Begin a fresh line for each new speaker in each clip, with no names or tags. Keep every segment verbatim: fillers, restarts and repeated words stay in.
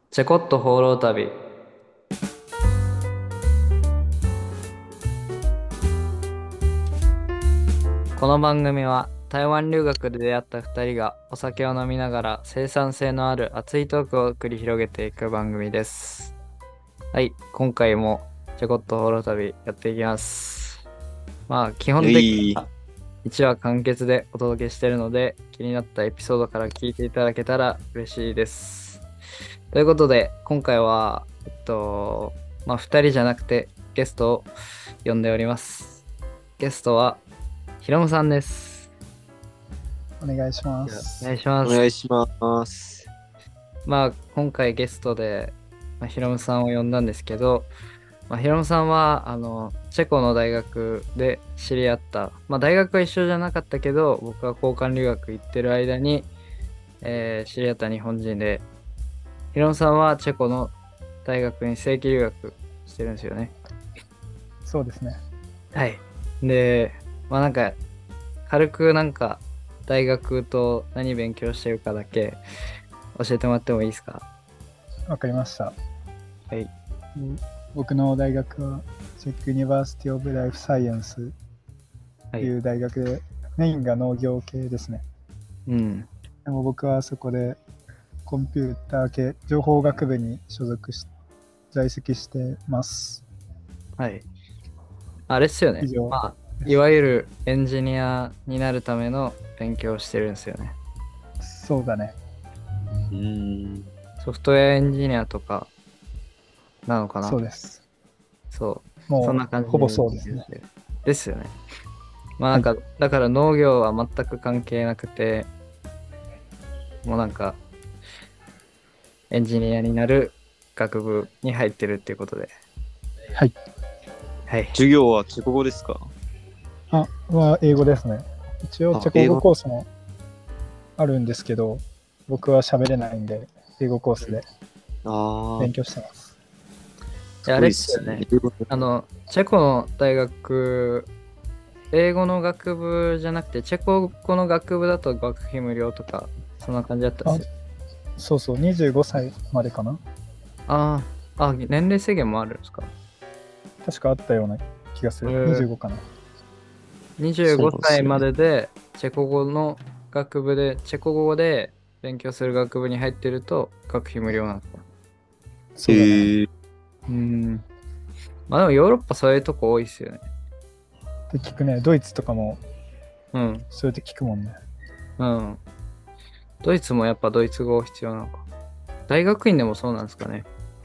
チェコット放浪旅。この番組は台湾留学で出会ったふたりがお酒を飲みながら生産性のある熱いトークを繰り広げていく番組です。はい、今回もチェコット放浪旅やっていきます。まあ基本的にいちわ完結でお届けしているので、気になったエピソードから聞いていただけたら嬉しいです。ということで今回はえっとまあふたりじゃなくてゲストを呼んでおります。ゲストはひろむさんです。
お願いします。
お願いします。
お願いします。
まあ今回ゲストで、まあ、ひろむさんを呼んだんですけど、まあ、ひろむさんはあのチェコの大学で知り合った、まあ、大学は一緒じゃなかったけど僕が交換留学行ってる間に、えー知り合った日本人で、ひろむさんはチェコの大学に正規留学してるんですよね。
そうですね。
はい。で、まあなんか軽くなんか大学と何勉強してるかだけ教えてもらってもいいですか？
わかりました。
はい。
僕の大学はチェックユニバーシティオブライフサイエンスと
はい。
いう大学で、メインが農業系ですね。
うん。
でも僕はそこでコンピューター系情報学部に所属し在籍してます。
はい。あれっすよね。
以上。
まあ、いわゆるエンジニアになるための勉強をしてるんですよね。
そうだね。
うーん。
ソフトウェアエンジニアとかなのかな？
そうです。
そう。
もう
そんな感じ
ほぼそうですね。
ですよね。まあなんか、
はい、
だから農業は全く関係なくて、もうなんか、エンジニアになる学部に入ってるっていうことで。
はい。
はい。
授業はチェコ語ですか？
あ、は英語ですね。一応
あ
チェコ語コースもあるんですけど、僕は喋れないんで、英語コースで
ああ。
勉強してます。
いやあれっすよね。あの、チェコの大学、英語の学部じゃなくて、チェコ語の学部だと学費無料とか、そんな感じだったっすよ。
そうそう、にじゅうごさいまでかな。
ああ、あ、年齢制限もあるんですか？
確かあったような気がする。
へー
にじゅうごかな。
にじゅうごさいまでで、チェコ語の学部で、チェコ語で勉強する学部に入ってると、学費無料なんですか？
そうだね。
へー
うーん。まあでもヨーロッパそういうとこ多いっすよね。
で聞くね。ドイツとかも
うん。
そうやって聞くもんね。
うん。ドイツもやっぱドイツ語必要なのか。大学院でもそうなんですかね。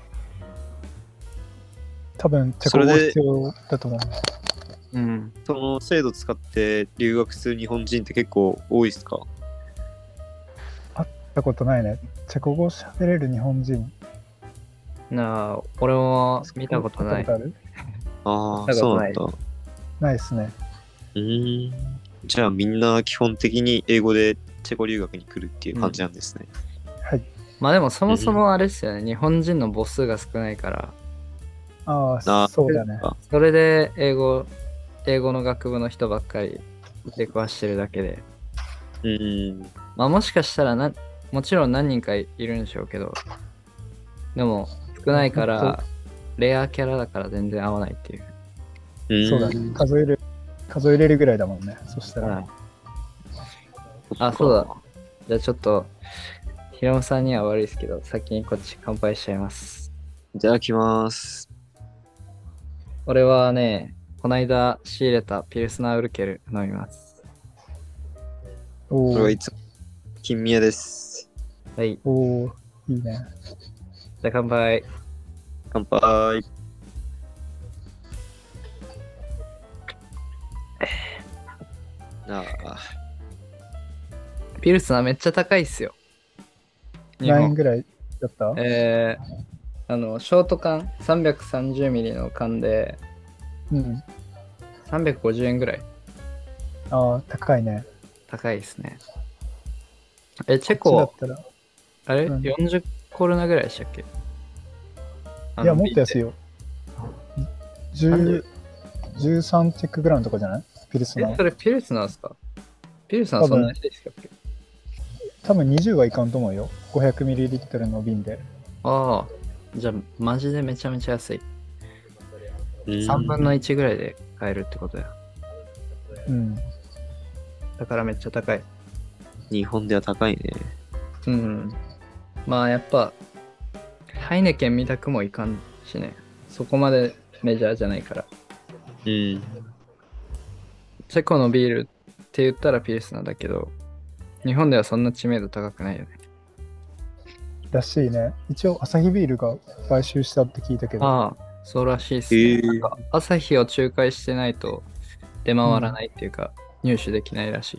多分、チェコ語必要だと思う。
うん。
その制度使って留学する日本人って結構多いですか？
会ったことないね。チェコ語喋れる日本人。
なあ、俺も見たことない。
会ったことある？
ああ、
見たことない
そうなんだ。
ないですね。
うーん。じゃあみんな基本的に英語でチェコ留学に来るっていう感じなんですね。
はい。
まあでもそもそもあれですよね。日本人の母数が少ないから、
あ
あ
あ、そうだね。
あ
それで英語、英語の学部の人ばっかり出くわしてるだけで。
うーん。
まあもしかしたらな、もちろん何人かいるんでしょうけど、でも少ないか
もっ
ら、レアキャラだから全然合わないっていう。
うーん
そうだね。数える、数えれるぐらいだもんね。そしたら。
はい。あ、そうだ。じゃあちょっと、ひろむさんには悪いですけど、先にこっち乾杯しちゃいます。
いただきます。
俺はね、こないだ仕入れたピルスナーウルケル飲みます。
おー
これはいつも金宮です。
はい。
おー、いいね。
じゃあ乾杯。
乾杯。ああ、
ピルスナーめっちゃ高いっすよ。日
何円
本。
ぐらいだった？
えー、あの、ショート缶、さんびゃくさんじゅうミリの缶で、
うん。
さんびゃくごじゅうえんぐらい。
ああ、高いね。
高いですね。え、チェコ、
こっちだったら。
あれ、
うん
よんじゅう コロナぐらいでしたっけ？あの
いや、もっと安いよ。
なんで
じゅう、じゅうさんチェックグラムとかじゃない？ピルスナ
え、
ー。
それピルスナーですか？ピルスナーそんな安いですかっけ？
多分にじゅうはいかんと思うよ。ごひゃくミリリットル の瓶で。
ああ、じゃあマジでめちゃめちゃ安い。
うん
さんぶんのいちぐらいで買えるってことや。
うん。
だからめっちゃ高い。
日本では高いね。
うん。まあやっぱ、ハイネケン見たくもいかんしね。そこまでメジャーじゃないから。
うん。
チェコのビールって言ったらピルスなんだけど、日本ではそんな知名度高くないよね。
らしいね。一応、アサヒビールが買収したって聞いたけど。
ああ、そうらしいっすね。
へえ
なんか、朝日を仲介してないと出回らないっていうか、入手できないらしい。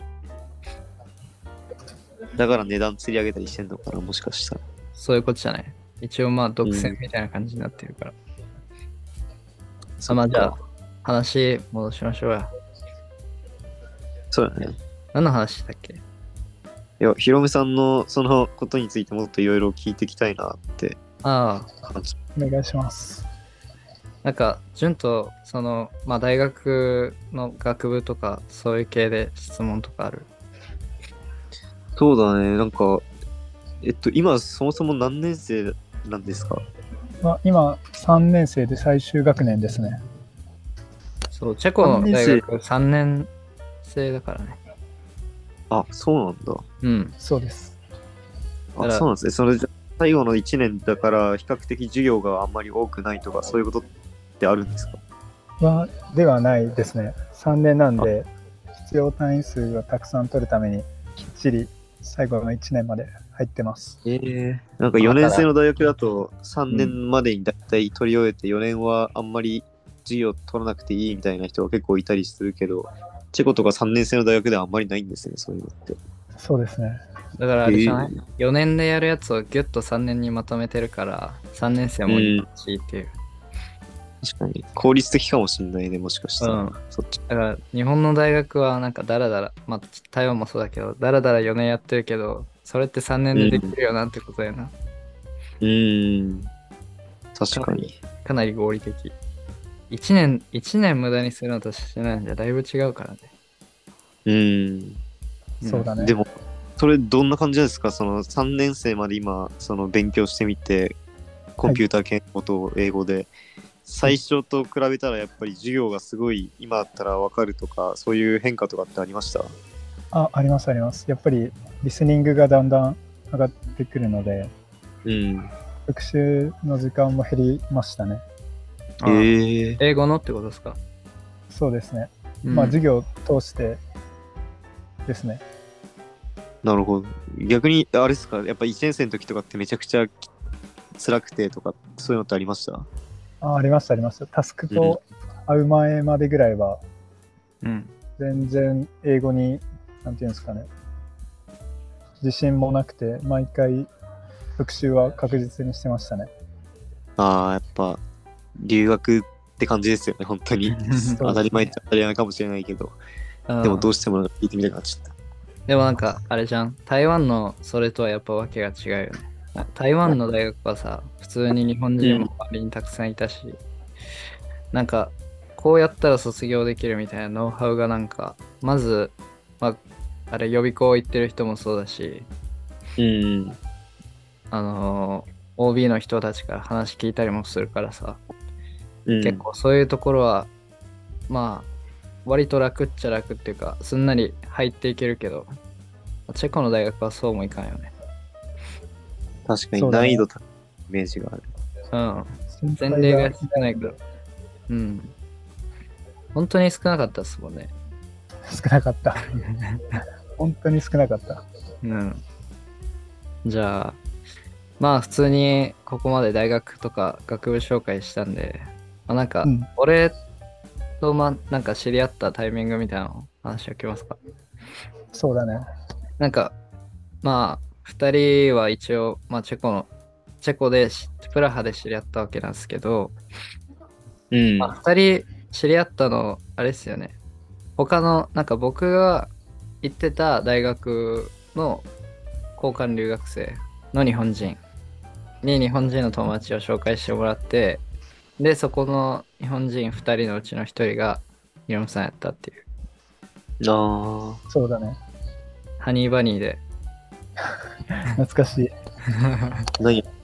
だから値段釣り上げたりしてんのかな、もしかしたら。
そういうことじゃない。一応まあ独占みたいな感じになってるから。あまあじゃあ、話戻しましょうや。
そうだね。
何の話だっけ？
いや、ヒロムさんのそのことについてもっといろいろ聞いていきたいなって
ああ、
感じ。
お願いします。
なんか、順と、その、まあ大学の学部とか、そういう系で質問とかある？
そうだね、なんか、えっと、今そもそも何年生なんですか？
まあ、今、さんねん生で最終学年ですね。
そう、チェコの大学さんねん生だからね。
あ、そうなんだ。
うん。
そうです。
あ、
だから
そうなんですね。それじゃ最後のいちねんだから比較的授業があんまり多くないとかそういうことってあるんですか？
はではないですね。さんねんなんで、必要単位数をたくさん取るために、きっちり最後のいちねんまで入ってます。
ええなんかよねん生の大学だとさんねんまでにだいたい取り終えてよねんはあんまり授業取らなくていいみたいな人が結構いたりするけど、チェコとかさんねん生の大学ではあんまりないんですね、そういうのって。
そうですね。
だからあれじゃない、
えー
よねんでやるやつをギュッとさんねんにまとめてるから、さんねん生もいいしっていう。
確かに。効率的かもしんないね、もしかしたら。
うん。
そっち。
だから日本の大学はなんかダラダラ、まあ台湾もそうだけど、ダラダラよねんやってるけど、それってさんねんでできるよなってことやな。
うーん。確かに。
かなり合理的。いちねん、一年無駄にするのとしないんじゃだいぶ違うからね。
うーん。
そうだね。
でも、それどんな感じですか？そのさんねん生まで今、その勉強してみて、コンピューター系のことを英語で、最初と比べたらやっぱり授業がすごい今だったらわかるとか、そういう変化とかってありました？
あ、ありますあります。やっぱりリスニングがだんだん上がってくるので、
うん。
復習の時間も減りましたね。
ああ
ええ
英語のってことですか？
そうですね。
うん
まあ授業を通してですね。
なるほど。逆に、あれですか、やっぱいちねん生の時とかってめちゃくちゃ辛くてとか、そういうのってありました？
あ、ありましたありました。タスクと会う前までぐらいは
うん。
全然英語に、なんていうんですかね、自信もなくて、毎回復習は確実にしてましたね。
ああ、やっぱ、留学って感じですよね、本当に。当たり前っちゃ当たり前かもしれないけど、でもどうしてもなんか聞いてみたくなっちゃった。
でもなんか、あれじゃん。台湾のそれとはやっぱわけが違うよね。台湾の大学はさ、普通に日本人も周りにたくさんいたし、なんか、こうやったら卒業できるみたいなノウハウがなんか、まず、まあ、あれ予備校行ってる人もそうだし、
うん。
あのー オービー の人たちから話聞いたりもするからさ、
うん、
結構そういうところは、まあ、割と楽っちゃ楽っていうか、すんなり入っていけるけど、チェコの大学はそうもいかんよね。
確かに
そうだね
難易度高いイメージがある。
うん。
先
前例が少ないから。うん。本当に少なかったっすもんね。
少なかった。本当に少なかった。
うん。じゃあ、まあ普通にここまで大学とか学部紹介したんで、まあ、なんか
うん
俺とまあなんか知り合ったタイミングみたいなの話しておきますか。
そうだね。
なんかまあ二人は一応、まあ、チェコのチェコでしプラハで知り合ったわけなんですけど、
うん。
まあ、二人知り合ったのあれですよね。他のなんか僕が行ってた大学の交換留学生の日本人に日本人の友達を紹介してもらって、でそこの日本人ふたりのうちのひとりがヒロムさんやったっていう。
あ
そうだね。
ハニーバニーで
懐かしい。
あ。何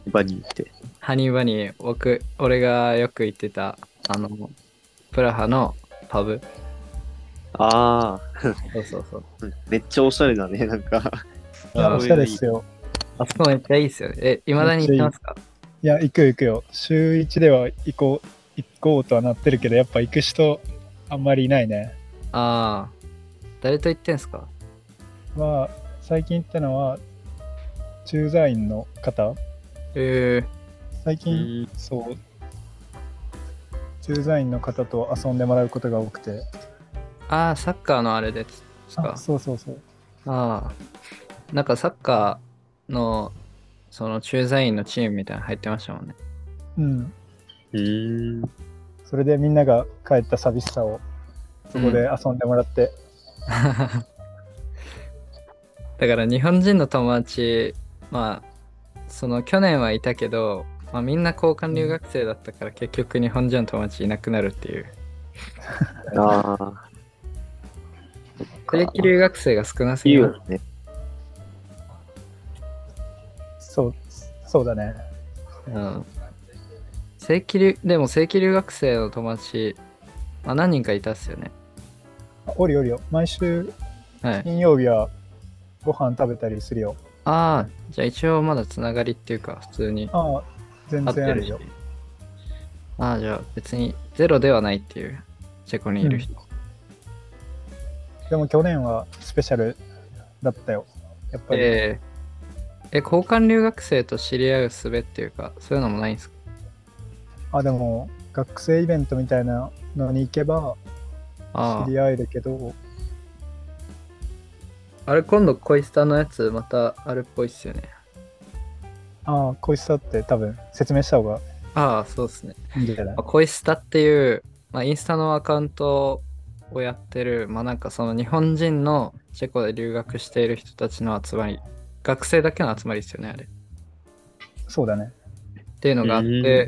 バニーって。
ハニーバニー、僕、俺がよく行ってた、あの、プラハのパブ。
ああ、
そうそうそう。
めっちゃおしゃれだね、なんか。
いや、
あ
おしゃれですよ。
あそこめっちゃいいっすよね。え、未だに行ってますか？
いや、行く行くよ。週いちでは行こう、行こうとはなってるけど、やっぱ行く人あんまりいないね。
ああ、誰と行ってんすか？
まあ、最近行ったのは、駐在員の方。
え
最近、
うん
そう、駐在員の方と遊んでもらうことが多くて。
ー、ああ、サッカーのあれですか？
あ、そうそうそう。
ああ、なんかサッカーの、その駐在員のチームみたいなの入ってましたもんね。
うん。
うーん。
それでみんなが帰った寂しさを、そこで遊んでもらって。
だから日本人の友達、まあ、その去年はいたけど、まあ、みんな交換留学生だったから結局日本人の友達いなくなるっていう。
ああ。
正規留学生が少なすぎる。
いいよね。
そう、そうだね。
うん。正規留、でも正規留学生の友達、まあ、何人かいたっすよね。
おりおりよ。毎週
はい。
金曜日はご飯食べたりするよ。
ああ、じゃあ一応まだつながりっていうか、普通に
ああ、全
合ってるし
然あるよ。。
ああ、じゃあ別にゼロではないっていう、チェコにいる人。
でも去年はスペシャルだったよ。やっぱり。
えー、え、交換留学生と知り合う術っていうか、そういうのもないんですか？
あ、でも学生イベントみたいなのに行けば
あ
知り合えるけど、
あ。あれ、今度恋スタのやつまたあるっぽいっすよね。
ああ、こいつだって多分説明した方が
ああ、そうですね。
いいんじゃない？
まあ恋スタっていう、まあ、インスタのアカウントをやってる、まあなんかその日本人のチェコで留学している人たちの集まり、学生だけの集まりですよね、あれ。
そうだね。
っていうのがあって、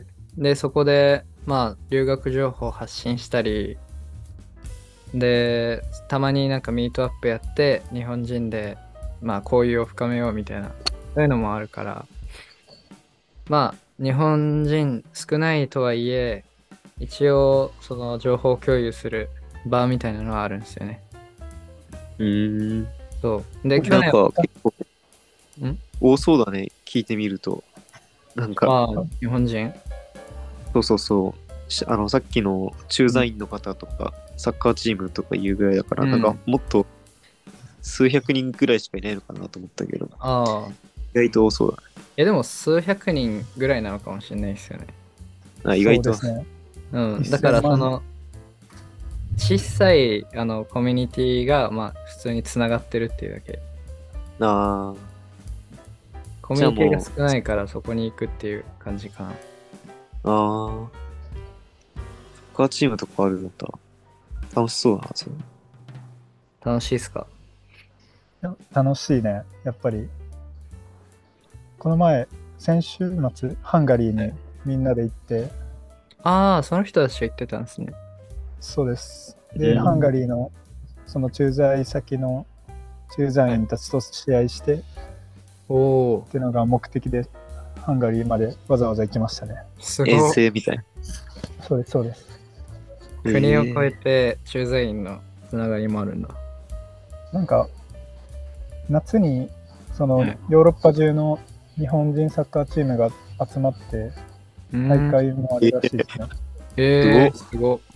で、そこで、まあ、留学情報を発信したり、で、たまになんかミートアップやって、日本人で、まあ、交流を深めようみたいな、そういうのもあるから、まあ、日本人少ないとはいえ、一応、その情報共有する場みたいなのはあるんですよね。
うーん。
そう。で、去
なん
年、
か結構
ん
多そうだね、聞いてみると。なんか、
まあ、日本人
そうそうそう。しあの、さっきの駐在員の方とか、サッカーチームとかいうぐらいだから、
うん
なんかもっと数百人ぐらいしかいないのかなと思ったけど、
ああ。
意外と多そう
え、でも数百人ぐらいなのかもしれないですよね。
だな。あ意外と。
そうですね。
うん。
一
だから、
千万
その、小さいあのコミュニティが、まあ、普通につながってるっていうだけ。
ああ、
コミュニティが少ないからそこに行くっていう感じかな。
ああ。サッカーチームとかあるんだ。楽しそうだな、それ。
楽しいっすか？
いや楽しいね。やっぱり。この前、先週末、ハンガリーにみんなで行って、
ああ、その人たちが言ってたんですね。
そうです。で、
うん
ハンガリーのその駐在先の駐在員たちと試合して、
おお
っ、ていうのが目的で、ハンガリーまでわざわざ行きましたね。
すごい。
遠征みたいな。
そうです、そうです。
国を越え
え
て駐在員のつながりもあるんだ。
なんか、夏にその
はい
ヨーロッパ中の日本人サッカーチームが集まって、
うん
大会もあるらしいですね。
えー、すごっ。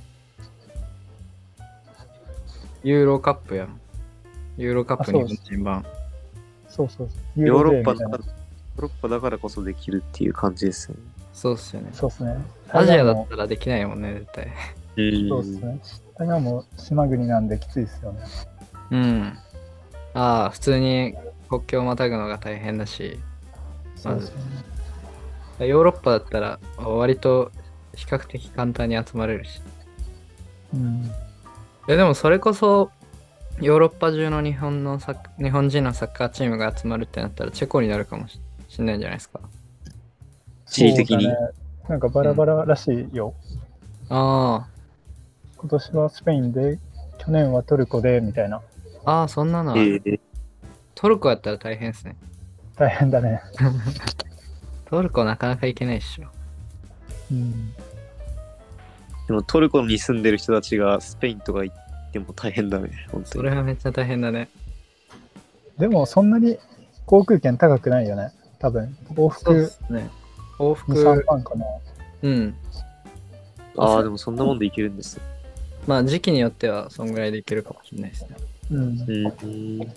ユーロカップやん。ユーロカップ日本人版。
そうそうそう。
ーヨーロッパ
ユーロデーみたいな
だから、ヨーロッパだからこそできるっていう感じですね。
そうっすよね。
そうですね。
アジアだ
台湾も
ったらできないもんね、絶対。
そうですね。台湾も島国なんできついですよね。
うん。ああ、普通に国境をまたぐのが大変だし、
そうですね。
ヨーロッパだったら割と比較的簡単に集まれるし。
うん。
えでもそれこそヨーロッパ中の日本のサッ日本人のサッカーチームが集まるってなったらチェコになるかもししんないんじゃないですか。
地理的に。
そうだね。なんかバラバラらしいよ。
あ
今年はスペインで、去年はトルコで、みたいな。
あ、ああ、そんなのあ
え
る。
ー、
トルコやったら大変ですね。
大変だね。
トルコなかなか行けないっしょ。
うん。
でもトルコに住んでる人たちがスペインとか行っても大変だね、本当
そ
に。
れはめっちゃ大変だね。
でもそんなに航空券高くないよね。多分往
そうで
復
すね。往
に、さん
復、
まんかな。
うん。
ああ、でもそんなもんで行けるんですね。
まあ時期によってはそんぐらいでいけるかもしれないですね。
うん。
うん。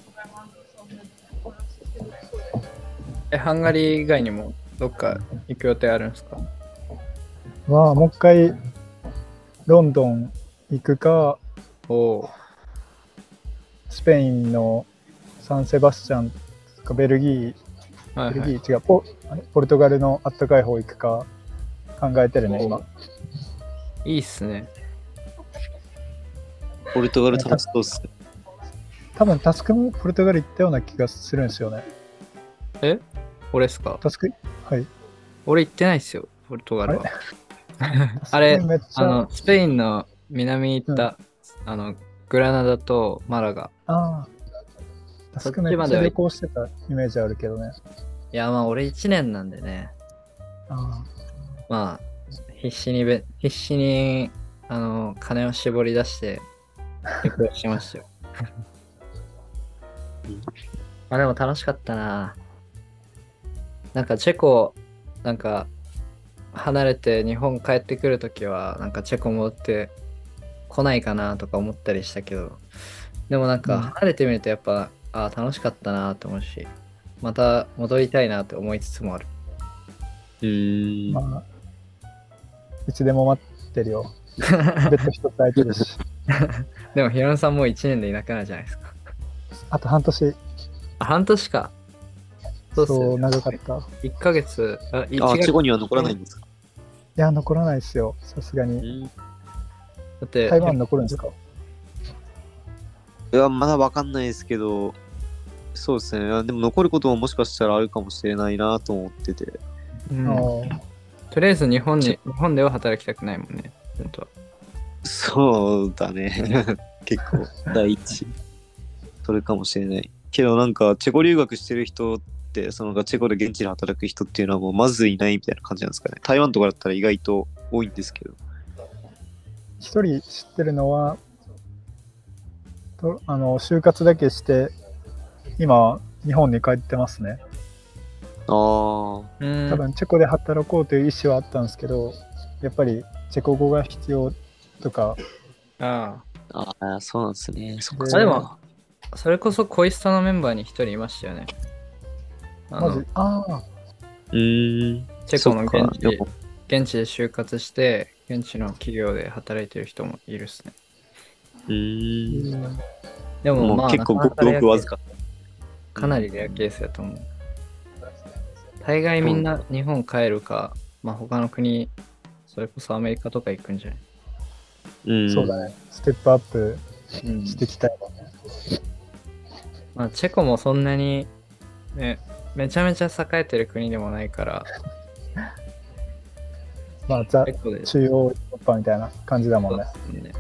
え、ハンガリー以外にもどっか行く予定あるんですか？
まあもう一回ロンドン行くか、
おお。
スペインのサンセバスチャンとかベルギー、ベル
はいはい。
ギー違うポ、あれポルトガルのあったかい方行くか考えてるね、今。
いいっすね。
ポルトガル楽しそうっすね。
多分タスクもポルトガル行ったような気がするんですよね。
え俺っすか？
タスクはい。
俺行ってないっすよ、ポルトガルは。あ
タ
れ
スクめっちゃ
あの、スペインの南行った、あの、グラナダとマラガ。
ああ。タスクめっちゃ旅行してたイメージあるけどね。
いや、まあ俺いちねんなんでね。
あ
まあ、必死にべ、必死に、あの、金を絞り出して、旅行しましたよ。まあでも楽しかったな。なんかチェコ、なんか、離れて日本帰ってくるときは、なんかチェコ戻って来ないかなとか思ったりしたけど、でもなん
うん
か離れてみるとやっぱ、ああ、楽しかったなと思うし、また戻りたいなって思いつつもある。
うーん。
あ、まあ、いつでも待ってるよ。ベッド一つ空いてるし。
でもヒロムさんもういちねんでいなくなるじゃないですか。
あと半年、
あ、半年か。そうっす
そう
よね。
長かった。い
いっかげつ、あ、1
あ、
月
チェコには残らないんですか？
や、残らないですよ。さすが
う
に。
ん。い
だって、
台湾残るんですか？
や、まだわかんないですけど、そうですね。あでも残ることももしかしたらあるかもしれないなと思ってて。
うん
あー
とりあえず日本に、日本では働きたくないもんね。本当は。
そうだね。結構、第一。それかもしれない。けどなんか、チェコ留学してる人って、そのチェコで現地で働く人っていうのはもうまずいないみたいな感じなんですかね。台湾とかだったら意外と多いんですけど。
一人知ってるのは、とあの就活だけして、今、日本に帰ってますね。
ああ。
うん。
多分チェコで働こうという意思はあったんですけど、やっぱりチェコ語が必要とか、
あ
ああ、そうなんですね。そっか
で
そっか。
あでもあ。それこそ恋スタのメンバーに一人いましたよね。あの
まず、ああ、
うーん。
チェコの
そっか
現地で
でも
現地で就活して、現地の企業で働いてる人もいるっすね。
うーん。
でもまあ、
もう結構ご
なかなかレア
くごくわずか。
かなりレアケースだと思う。大概みんな日本帰るか、まあ他の国、それこそアメリカとか行くんじゃない？
うん。
そうだね。ステップアップ
うん。
していきたい。
まあチェコもそんなに、ね、めちゃめちゃ栄えてる国でもないから、
まあ、ザ
チェコで
中央ヨーロッパみたいな感じだもんね。
ね。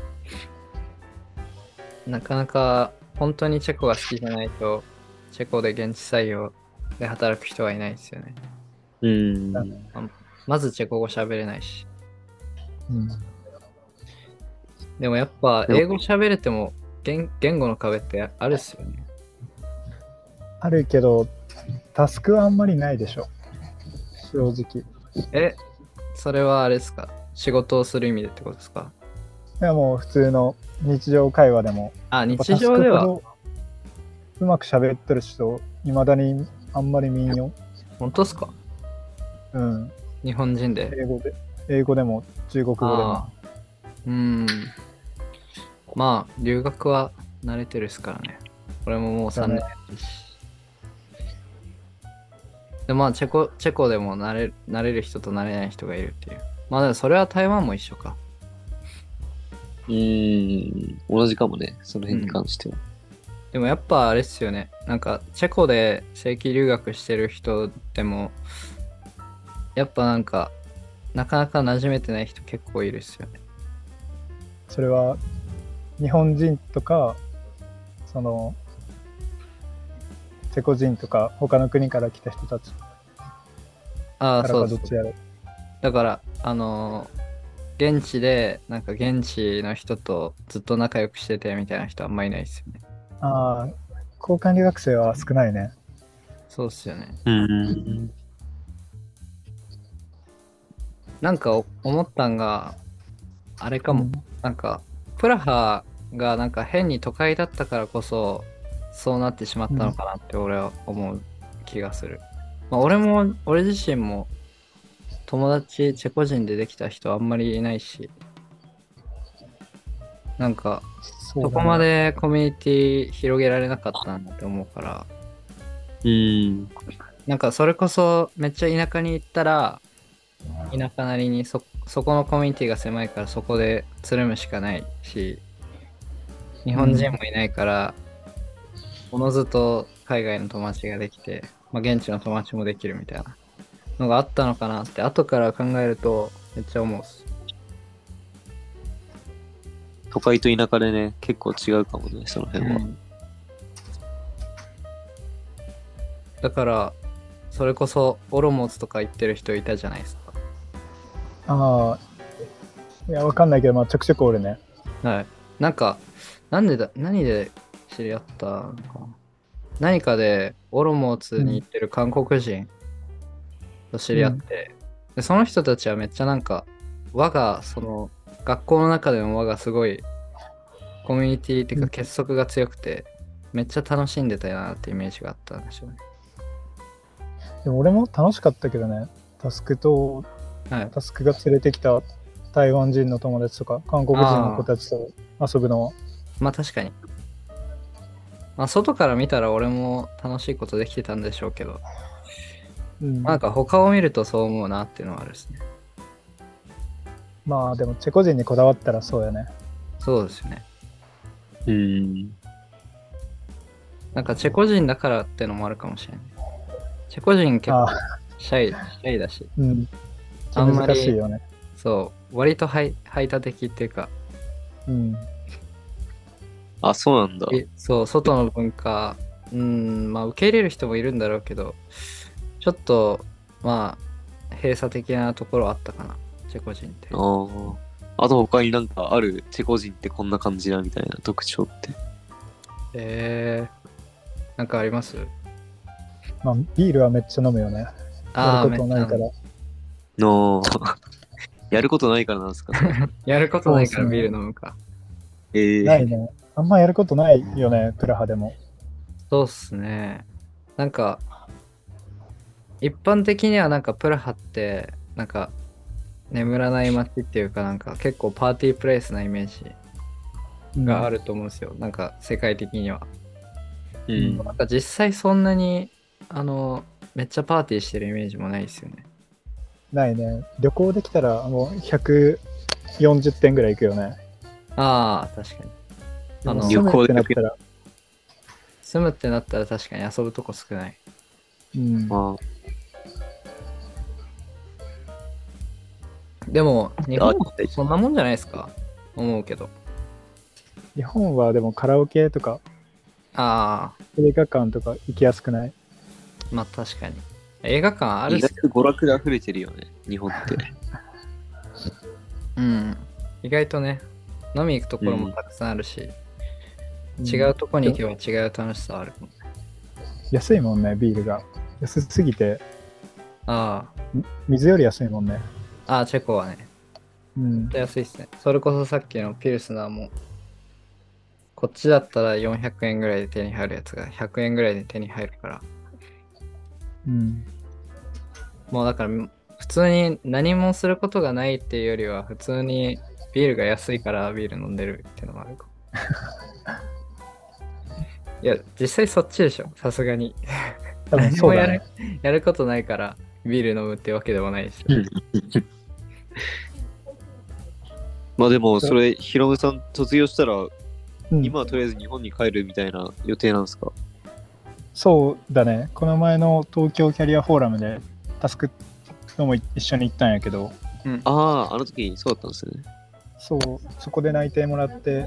なかなか本当にチェコが好きじゃないと、チェコで現地採用で働く人はいないですよね。
うん。
まずチェコ語喋れないし。
うん、
でもやっぱ英語喋れても言言語の壁ってあるっすよね。
あるけど、タスクはあんまりないでしょ。正直。
え、それはあれですか？仕事をする意味でってことですか？
いや、もう普通の日常会話でも、
あ、日常では。
タスクほどうまく喋ってる人、いまだにあんまり見んよ。
本当っすか？
うん。
日本人で。
英語で、英語でも中国語でも
あ。ーうん。まあ、留学は慣れてるっすからね。これももうさんねんだし。で、まあ、チェコ、チェコでも慣れ、慣れる人と慣れない人がいるっていう。まあ、でもそれは台湾も一緒か。
うん。同じかもね。その辺に関しては。
でもやっぱあれっすよね。なんか、チェコで正規留学してる人でも、やっぱなんか、なかなか馴染めてない人結構いるっすよね。
それは日本人とか、その、チェコ人とか、他の国から来た人たち。
ああ、
から
そうそう。
かどっちやる。
だから、あのー現地で、なんか現地の人とずっと仲良くしててみたいな人あんまいないですよね。
ああ、交換留学生は少ないね。
そうっすよね。
うん。
なんかお思ったんが、あれかも。
うん
なんか、プラハがなんか変に都会だったからこそ、そうなってしまったのかなって俺は思う気がする。まあ、俺も、俺自身も友達チェコ人でできた人あんまりいないし、なんか、
そうだね。
そこまでコミュニティ広げられなかったんだって思うから、
うん。
なんかそれこそめっちゃ田舎に行ったら、田舎なりにそ、そこのコミュニティが狭いからそこでつるむしかないし、日本人もいないから、おのずと海外の友達ができて、まあ、現地の友達もできるみたいなのがあったのかなって後から考えるとめっちゃ思うっす。
都会と田舎でね、結構違うかもね、その辺は。
うんだからそれこそオロモツとか行ってる人いたじゃないですか。
ああ、いや、わかんないけど、まあ、ちょくちょくおるね。
はい。なんか、なんでだ、何で知り合ったのかな。何かでオロモツに行ってる韓国人と知り合って、で、その人たちはめっちゃなんか、輪が、その、学校の中でも輪がすごい、コミュニティっていうか
うん
結束が強くて、めっちゃ楽しんでたなってイメージがあったんでしょうね。
でも俺も楽しかったけどね、タスクと、
はい。
タスクが連れてきた台湾人の友達とか、韓国人の子たちと遊ぶのは。
まあ確かに。まあ外から見たら俺も楽しいことできてたんでしょうけど、
うん、
なんか他を見るとそう思うなっていうのはあるですね。
まあ、でもチェコ人にこだわったらそうやね。
そうですよね。
うん。
なんかチェコ人だからってのもあるかもしれない。チェコ人結構
ああ、
シャイ、シャイだし、
うん。
あんまり
難しいよね。
そう、割と排排他的っていうか、
うん。
あ、そうなんだ。
えそう、外の文化、うん、まあ受け入れる人もいるんだろうけど、ちょっと、まあ、閉鎖的なところあったかな、チェコ人って。
ああ。あと他になんかあるチェコ人ってこんな感じだみたいな特徴って。
えー、なんかあります
まあ、ビールはめっちゃ飲むよね。
ああ、
やることないから。
のやることないからなんですかね。
やることないから
そうっすね
ビール飲むか。
ええ
ないね。あんまやることないよね、プラハでも。
そうっすね。なんか、一般的にはなんかプラハって、なんか、眠らない街っていうかなんか結構パーティープレイスなイメージがあ
る。
ると思うんですよ。なんか世界的には。
うん。
なんか実際そんなに、あの、めっちゃパーティーしてるイメージもないですよね。
ないね。旅行できたらもうひゃくよんじゅってんぐらいいくよね。
ああ、確かに。あの
でも住むってなったら、
住むってなったら確かに遊ぶとこ少ない。
うん、
ま
でも、日本
あ
ってそんなもんじゃないですか思うけど。
日本はでもカラオケとか
ああ、
映画館とか行きやすくない？
まあ確かに。映画館あ
あ、
るっす
意外と娯楽で溢れてるよね、日本って。
うん。意外とね、飲み行くところもたくさんあるし、
うん
違うとこに行けば違う楽しさはあるかも。
安いもんね、ビールが。安すぎて、
あ
水より安いもんね。
あ、ああ、チェコはね、
うん。
安いっすね。それこそさっきのピルスナーも、こっちだったらよんひゃくえんぐらいで手に入るやつがひゃくえんぐらいで手に入るから、
うん。
もうだから普通に何もすることがないっていうよりは、普通にビールが安いからビール飲んでるっていうのもあるかも。いや、実際そっちでしょ、さすがに。
多分そうだ
何もやる
ね。
やることないからビール飲むってわけでもないでしょ。
まあでも、それ、ヒロムさん卒業したら、
うん、
今はとりあえず日本に帰るみたいな予定なんですか？
そうだね。この前の東京キャリアフォーラムでタスクのも一緒に行ったんやけど、
ああ、あの時そうだったんですね。
そう、そこで内定もらって、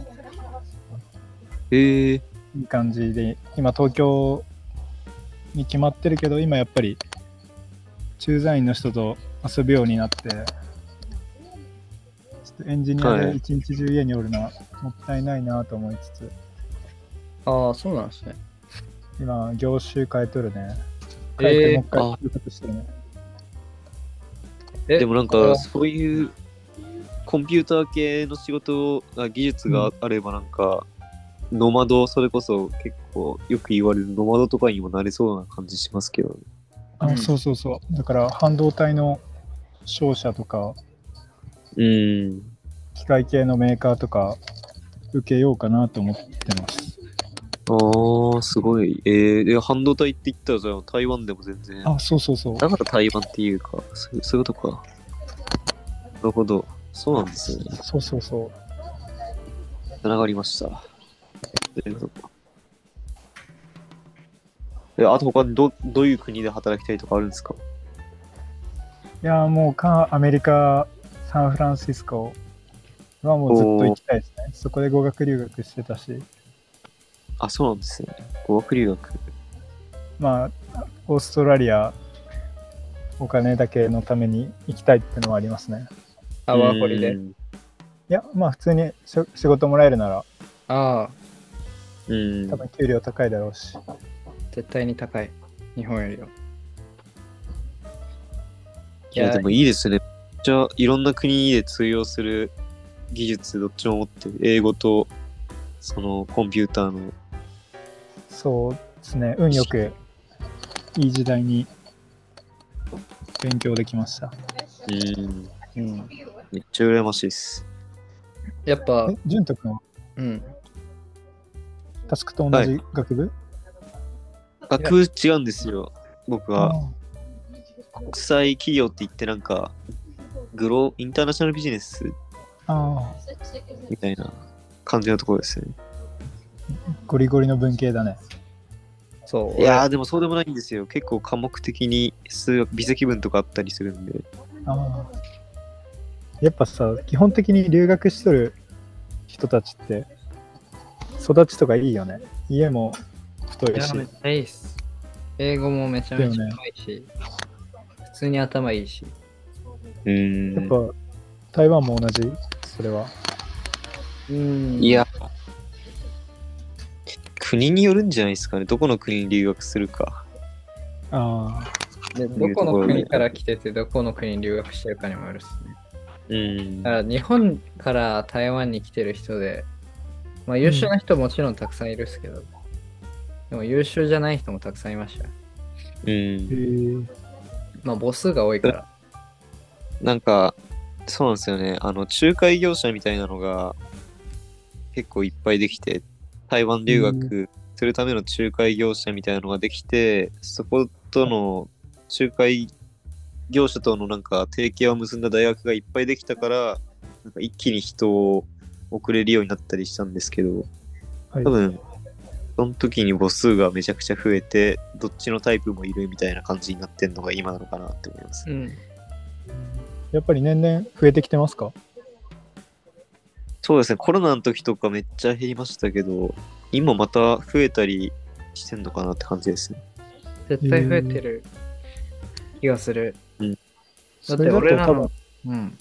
へえ。
いい感じで、今東京に決まってるけど、今やっぱり駐在員の人と遊ぶようになって、ちょっとエンジニアで一日中家におるのはもったいないなと思いつつ、
ああ、そうなんですね。
今、業種変えとるね。変えてもう一回就活してるね。
え
でもなん
これは
かそういうコンピューター系の仕事が技術があればなんか、ノマド、それこそ結構よく言われるノマドとかにもなれそうな感じしますけど、ね、
あ、
うん
そうそうそう。だから半導体の商社とか、
うん。
機械系のメーカーとか受けようかなと思ってます。
ああ、すごい。えー、で半導体って言ったらじゃあ台湾でも全然。
あ、そうそうそう。
だから台湾っていうか、そうそういうことか。なるほど。そうなんですね。
そうそうそう。
つながりました。えーとえあと他にどどういう国で働きたいとかあるんですか？
いやーもうかアメリカ、サンフランシスコはもうずっと行きたいですね。そこで語学留学してたし、
あ、そうなんですね。語学留学。
まあ、オーストラリア、お金だけのために行きたいってのはありますね。
あ、ワーホリで
う。ん。
いや、まあ普通にしょ仕事もらえるなら
ああ、
うん
多分給料高いだろうし。
絶対に高い。日本よりは。
いや、でもいいですね。じゃあ、いろんな国で通用する技術どっちも持ってる。英語と、そのコンピューターの。
そうですね、運よくいい時代に勉強できました。
うん。
うん。
めっちゃ羨ましいです。
やっぱ
え、潤斗君は
うん。
タスクと同じ学部？
学部違うんですよ。僕は
あ
国際企業って言ってなんか、グロー、インターナショナルビジネス
あ
みたいな感じのところですね。
ー、ゴリゴリの文系だね。
そう。
いやー、でもそうでもないんですよ。結構科目的に数学、微積分とかあったりするんで。
あーやっぱさ、基本的に留学しとる人たちって育ちとかいいよね。家も太い
いや、
し。
めっちゃいいっす。英語もめちゃめちゃうまいし、普通に頭いいし。
うーん。
やっぱ台湾も同じそれは。
うん
いや、国によるんじゃないですかね。どこの国に留学するか。
ああ、
で、どこの国から来てて、どこの国に留学してるかにもよるっすね。
うん
だ。から日本から台湾に来てる人で、まあ優秀な人もちろんたくさんいるっすけど、でも優秀じゃない人もたくさんいましたよ。
うん
へ。え。
まあ母数が多いから。
なんか、そうなんですよね。あの、仲介業者みたいなのが結構いっぱいできて、台湾留学するための仲介業者みたいなのができて、そことの仲介業者とのなんか提携を結んだ大学がいっぱいできたから、なんか一気に人を送れるようになったりしたんですけど、
はい
多分、その時に母数がめちゃくちゃ増えて、どっちのタイプもいるみたいな感じになってんのが今なのかなって思います。
うん。
やっぱり年々増えてきてますか？
そうですね、コロナの時とかめっちゃ減りましたけど、今また増えたりしてんのかなって感じですね。
絶対増えてる気がする。
うん
だって俺ら
それだと多分
の、うん。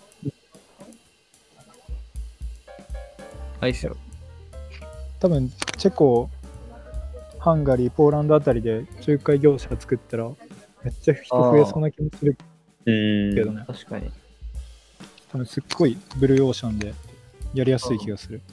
あいっすよ。
多分チェコ、ハンガリー、ポーランドあたりで仲介業者作ったらめっちゃ人増えそうな気もする
うーん。
けどね。
確かに。
多分すっごいブルーオーシャンでやりやすい気がする。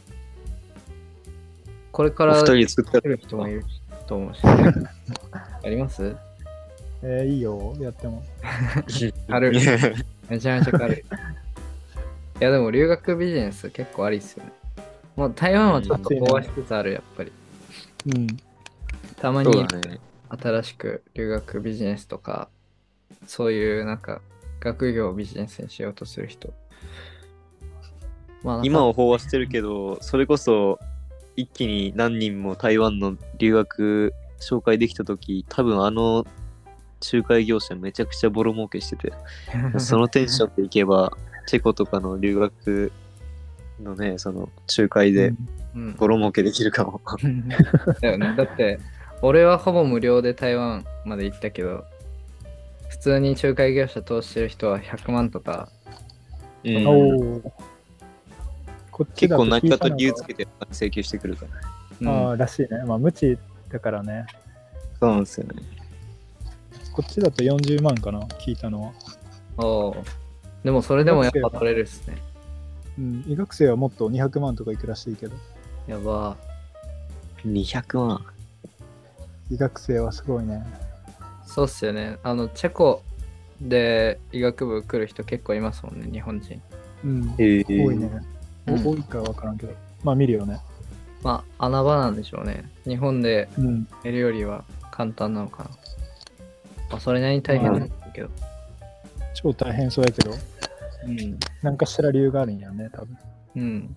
これから
お二人で作った
来る人もいると思うし。あります
えー、いいよ、やっても。
軽い。めちゃめちゃ軽い。いやでも留学ビジネス結構ありっすよね。もう台湾はちょっと飽和しつつある、やっぱり。
うん。
たま
そう
に
だね。
新しく留学ビジネスとか、そういうなんか学業をビジネスにしようとする人。まあ、
今は飽和してるけど、それこそ一気に何人も台湾の留学紹介できた時、多分あの仲介業者めちゃくちゃボロ儲けしてて、そのテンションでいけば、チェコとかの留学のね、その仲介で
うん、
ボロ儲けできるかも。
だよね。だって、俺はほぼ無料で台湾まで行ったけど、 普通に仲介業者通してる人はひゃくまんとか、
うん
おお。こっち
結構
だと聞いたのが
何かと理由つけて請求してくるから。
うん
ああ、らしいね。まあ、無知だからね。
そうなんですよね。
こっちだとよんじゅうまんかな、聞いたのは。
おーでもそれでもやっぱ取れるっすね。
うん、医学生はもっとにひゃくまんとかいくらしいけど、
やば
にひゃくまん。
医学生はすごいね。
そうっすよね。あの、チェコで医学部来る人結構いますもんね、日本人。
うん、
へえ。
多いね。お
うん
多いかは分からんけど、まあ見るよね。
まあ、穴場なんでしょうね。日本で
うん。
やるよりは簡単なのかな。まあ、それなりに大変なんだけど。
超大変そうやけど、
うん。
何かしら理由があるんやね、多分。
うん。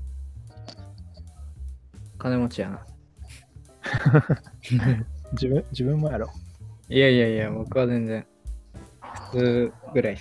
金持ちやな。
自分自分もやろ。
いやいやいや、僕は全然普通ぐらいっす。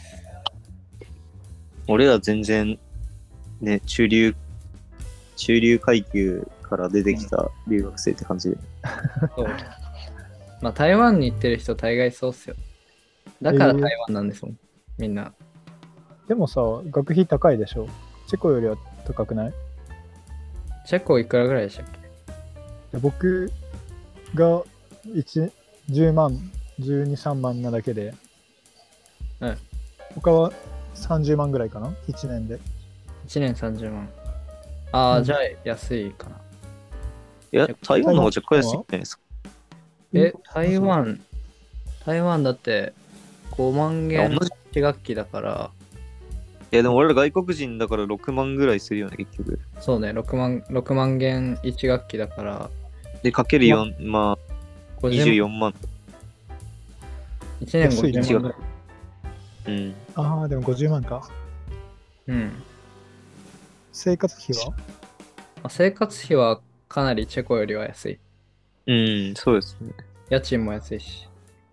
俺ら全然、ね、中流、中流階級から出てきた留学生って感じで。
そうまあ、台湾に行ってる人大概そうっすよ。だから
えー
台湾なんですもん、みんな。
でもさ、学費高いでしょ。チェコよりは高くない？
チェコいくらぐらいでしたっけ？
で僕がいち じゅうまん、じゅうに、さんまんなだけで、
うん
他はさんじゅうまんぐらいかな ?いち 年で。
いちねんさんじゅうまん。ああ、
うん
じゃあ安いかな。
いや、台湾の方が若干安いんじゃないですか。
え、台湾、台湾だってごまん
いや
元
同じ
いち学期だから、
いや、でも俺ら外国人だからろくまんぐらいするよね、結局。
そうね、ろくまん、ろくまん元いち学期だから、
で、かけるよん、まあ、
ごじゅう
にじゅうよんまん。
いちねん
安いね
ごじゅうまんぐらい。
うん。
ああ、でもごじゅうまんか。
うん。
生活費は？
まあ生活費はかなりチェコよりは安い。
うん、そうですね。
家賃も安いし。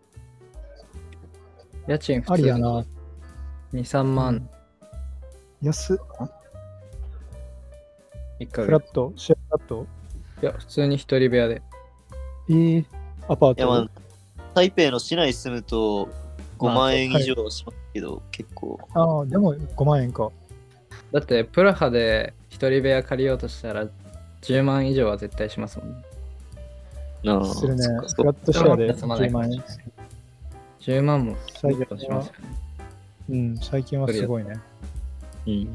家賃普通に
ありやな。
に、さんま
うんん。安っ。
いっか
フラ
月。
ット、シェアフラット。
いや、普通に一人部屋で。
えー、アパー
いや、ま
ト。
あ、台北の市内住むとごまん円以上しますけど、結構。
ああ、でもごまん円か。
だって、プラハで一人部屋借りようとしたらじゅうまん以上は絶対しますもんね。
なあ
するね
そっか。そっか
フラットシェアで
そんな
10万円。
じゅうまんも
最
以上しますよね。
うん、最近はすごいね。
うん。
だ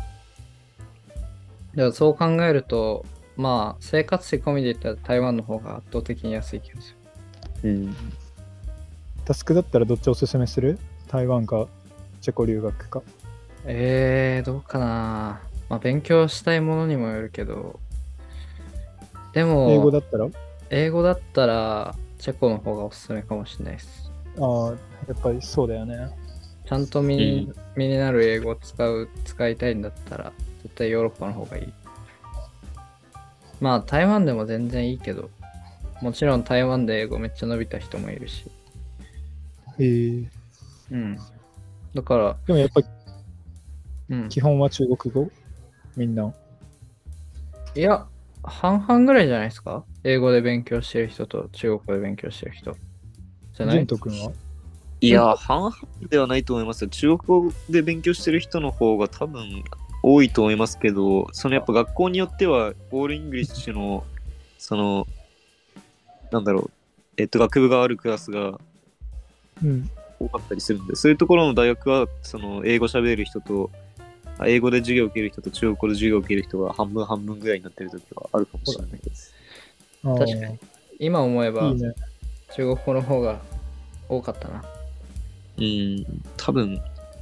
からそう考えると、まあ、生活費込みで言ったら台湾の方が圧倒的に安い気がする。
うん。
タスクだったらどっちおすすめする？台湾かチェコ留学か。
えー、どうかな。まあ、勉強したいものにもよるけど、でも、
英語だったら？あ
英語だったら、チェコの方がおすすめかもしれないです。
あ、やっぱりそうだよね。
ちゃんと身に,、身になる英語を使う、使いたいんだったら、絶対ヨーロッパの方がいい。まあ、台湾でも全然いいけど、もちろん台湾で英語めっちゃ伸びた人もいるし。
えー、
うん。だから、
でもやっぱり
うん。
基本は中国語みんな。
いや、半々ぐらいじゃないですか？英語で勉強してる人と中国語で勉強してる人。じゃない
純斗くんは？
いや、半々ではないと思いますよ。中国語で勉強してる人の方が多分多いと思いますけど、そのやっぱ学校によっては、オールイングリッシュの、その、なんだろう、えっと、学部があるクラスが
うん。
多かったりするんで、そういうところの大学は、その、英語喋れる人と、あ英語で授業を受ける人と中国語で授業を受ける人が半分半分ぐらいになってる時はあるかもしれないです。
あー
確かに。今思えば
いいね。
中国語の方が多かったな。
うん、多分、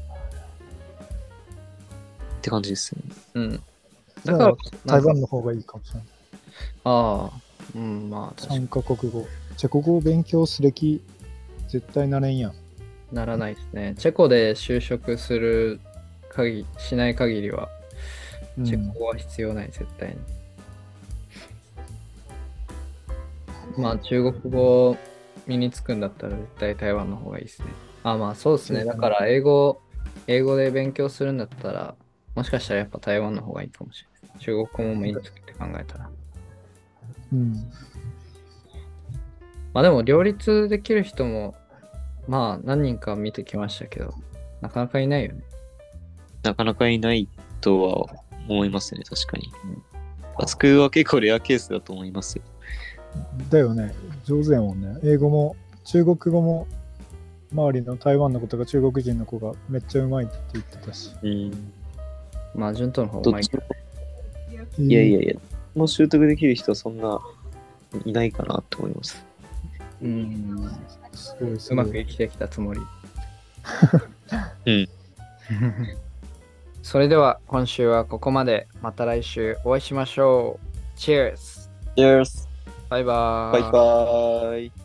って感じですね。
うん。
じゃあ
だから、
台湾の方がいいかもしれない。
ああ、うん、まあ、確かに
さんカ国語。チェコ語を勉強する気、絶対なれんやん。
ならないですね。チェコで就職する限り、しない限りは、
うん
チェコ語は必要ない、絶対に。まあ、中国語身につくんだったら絶対台湾の方がいいですね。あ、まあそうですね。
そうだね
だから英語、英語で勉強するんだったら、もしかしたらやっぱ台湾の方がいいかもしれない。中国語も身につくって考えたら。
うん。
まあでも両立できる人もまあ、何人か見てきましたけど、なかなかいないよね。
なかなかいないとは思いますね、確かに
うん。
アツクは結構レアケースだと思いますよ。
だよね。上手やもんね。英語も、中国語も、周りの台湾の子とか中国人の子がめっちゃうまいって言ってたし。
うん。
まあ、順当の方が
どっちも
うまいけど。
いやいやいや、もう習得できる人はそんないないかなと思います。
うん。
すごいす
う
ごい
まく生きてきたつもり。
うん。
それでは今週はここまで。また来週お会いしましょう。Cheers!
Cheers!
バイバーイ。
バイバーイ。